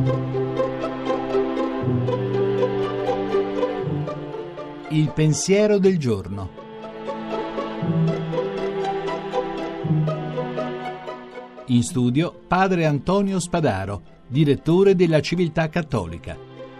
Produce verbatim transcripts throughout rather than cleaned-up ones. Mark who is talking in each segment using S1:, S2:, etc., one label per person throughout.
S1: Il pensiero del giorno. In studio padre Antonio Spadaro, direttore della Civiltà Cattolica.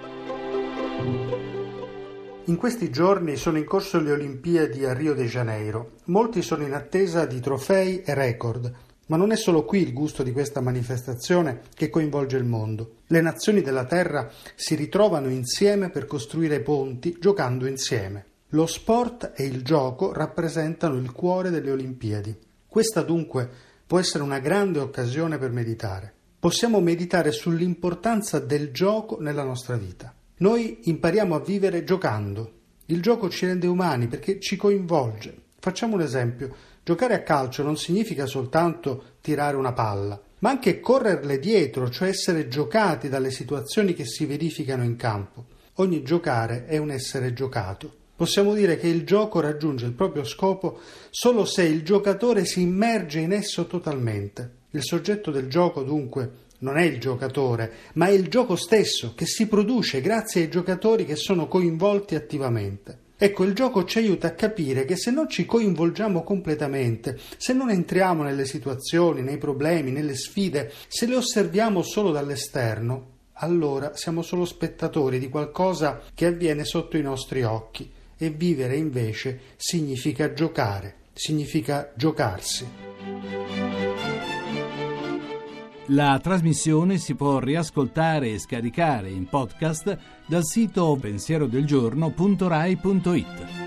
S2: In questi giorni sono in corso le Olimpiadi a Rio de Janeiro. Molti sono in attesa di trofei e record, ma non è solo qui il gusto di questa manifestazione che coinvolge il mondo. Le nazioni della Terra si ritrovano insieme per costruire ponti giocando insieme. Lo sport e il gioco rappresentano il cuore delle Olimpiadi. Questa dunque può essere una grande occasione per meditare. Possiamo meditare sull'importanza del gioco nella nostra vita. Noi impariamo a vivere giocando. Il gioco ci rende umani perché ci coinvolge. Facciamo un esempio. Giocare a calcio non significa soltanto tirare una palla, ma anche correrle dietro, cioè essere giocati dalle situazioni che si verificano in campo. Ogni giocare è un essere giocato. Possiamo dire che il gioco raggiunge il proprio scopo solo se il giocatore si immerge in esso totalmente. Il soggetto del gioco, dunque, non è il giocatore, ma è il gioco stesso che si produce grazie ai giocatori che sono coinvolti attivamente. Ecco, il gioco ci aiuta a capire che se non ci coinvolgiamo completamente, se non entriamo nelle situazioni, nei problemi, nelle sfide, se le osserviamo solo dall'esterno, allora siamo solo spettatori di qualcosa che avviene sotto i nostri occhi. E vivere invece significa giocare, significa giocarsi.
S1: La trasmissione si può riascoltare e scaricare in podcast dal sito pensierodelgiorno punto rai punto it.